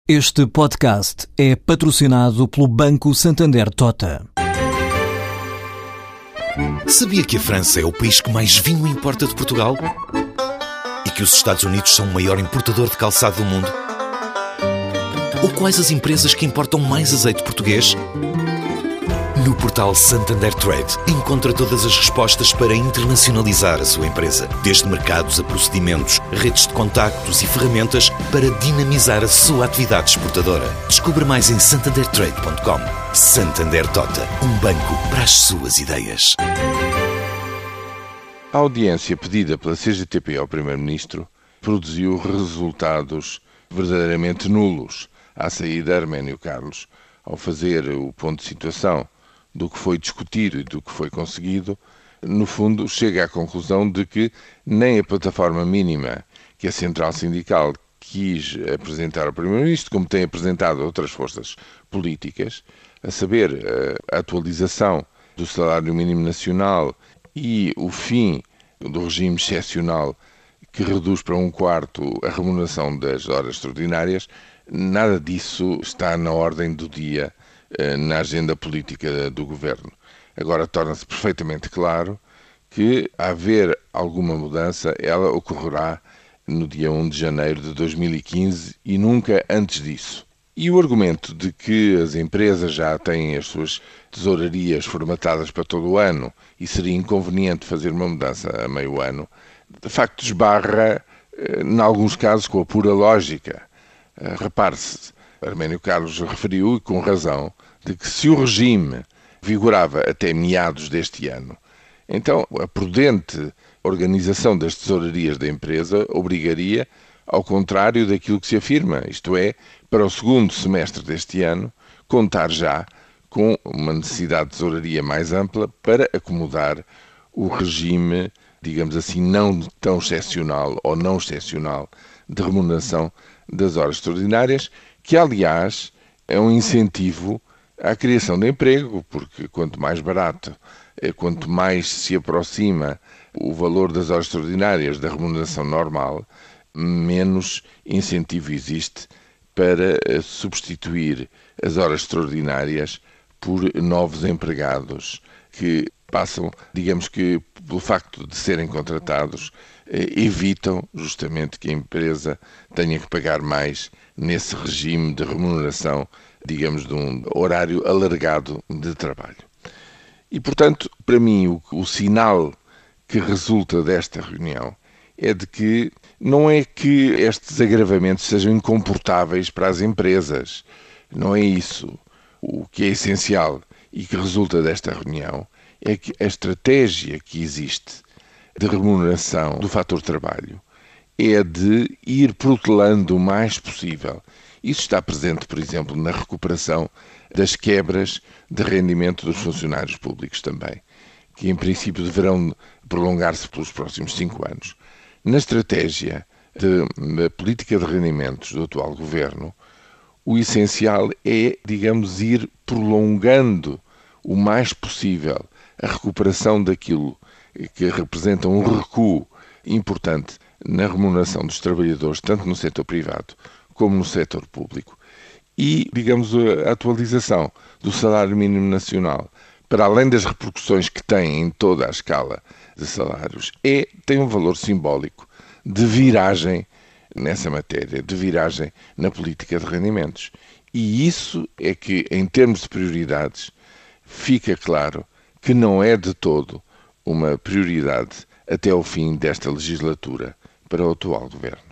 Este podcast é patrocinado pelo Banco Santander Tota. Sabia que a França é o país que mais vinho importa de Portugal? E que os Estados Unidos são o maior importador de calçado do mundo? Ou quais as empresas que importam mais azeite português? No portal Santander Trade, encontra todas as respostas para internacionalizar a sua empresa. Desde mercados a procedimentos, redes de contactos e ferramentas para dinamizar a sua atividade exportadora. Descubra mais em santandertrade.com. Santander Tota, um banco para as suas ideias. A audiência pedida pela CGTP ao Primeiro-Ministro produziu resultados verdadeiramente nulos à saída de Arménio Carlos. Ao fazer o ponto de situação do que foi discutido e do que foi conseguido, no fundo chega à conclusão de que nem a plataforma mínima que a Central Sindical quis apresentar ao Primeiro-Ministro, como tem apresentado outras forças políticas, a saber, a atualização do salário mínimo nacional e o fim do regime excepcional que reduz para um quarto a remuneração das horas extraordinárias, nada disso está na ordem do dia na agenda política do Governo. Agora torna-se perfeitamente claro que, a haver alguma mudança, ela ocorrerá no dia 1 de janeiro de 2015 e nunca antes disso. E o argumento de que as empresas já têm as suas tesourarias formatadas para todo o ano e seria inconveniente fazer uma mudança a meio ano, de facto esbarra, em alguns casos, com a pura lógica. Repare-se, Arménio Carlos referiu, e com razão, de que se o regime vigorava até meados deste ano, então a prudente organização das tesourarias da empresa obrigaria ao contrário daquilo que se afirma, isto é, para o segundo semestre deste ano, contar já com uma necessidade de tesouraria mais ampla para acomodar o regime, digamos assim, não tão excepcional ou não excepcional de remuneração das horas extraordinárias, que, aliás, é um incentivo à criação de emprego, porque quanto mais barato, quanto mais se aproxima o valor das horas extraordinárias da remuneração normal, menos incentivo existe para substituir as horas extraordinárias por novos empregados que passam, digamos que, pelo facto de serem contratados, evitam justamente que a empresa tenha que pagar mais nesse regime de remuneração, digamos, de um horário alargado de trabalho. E, portanto, para mim, o sinal que resulta desta reunião é de que não é que estes agravamentos sejam incomportáveis para as empresas. Não é isso. O que é essencial e que resulta desta reunião é que a estratégia que existe de remuneração do fator trabalho é de ir protelando o mais possível. Isso está presente, por exemplo, na recuperação das quebras de rendimento dos funcionários públicos também, que em princípio deverão prolongar-se pelos próximos 5 anos. Na estratégia da política de rendimentos do atual Governo, o essencial é, digamos, ir prolongando o mais possível a recuperação daquilo que representa um recuo importante na remuneração dos trabalhadores, tanto no setor privado como no setor público. E, digamos, a atualização do salário mínimo nacional, para além das repercussões que tem em toda a escala de salários, tem um valor simbólico de viragem nessa matéria, de viragem na política de rendimentos. E isso é que, em termos de prioridades, fica claro que não é de todo uma prioridade até ao fim desta legislatura para o atual Governo.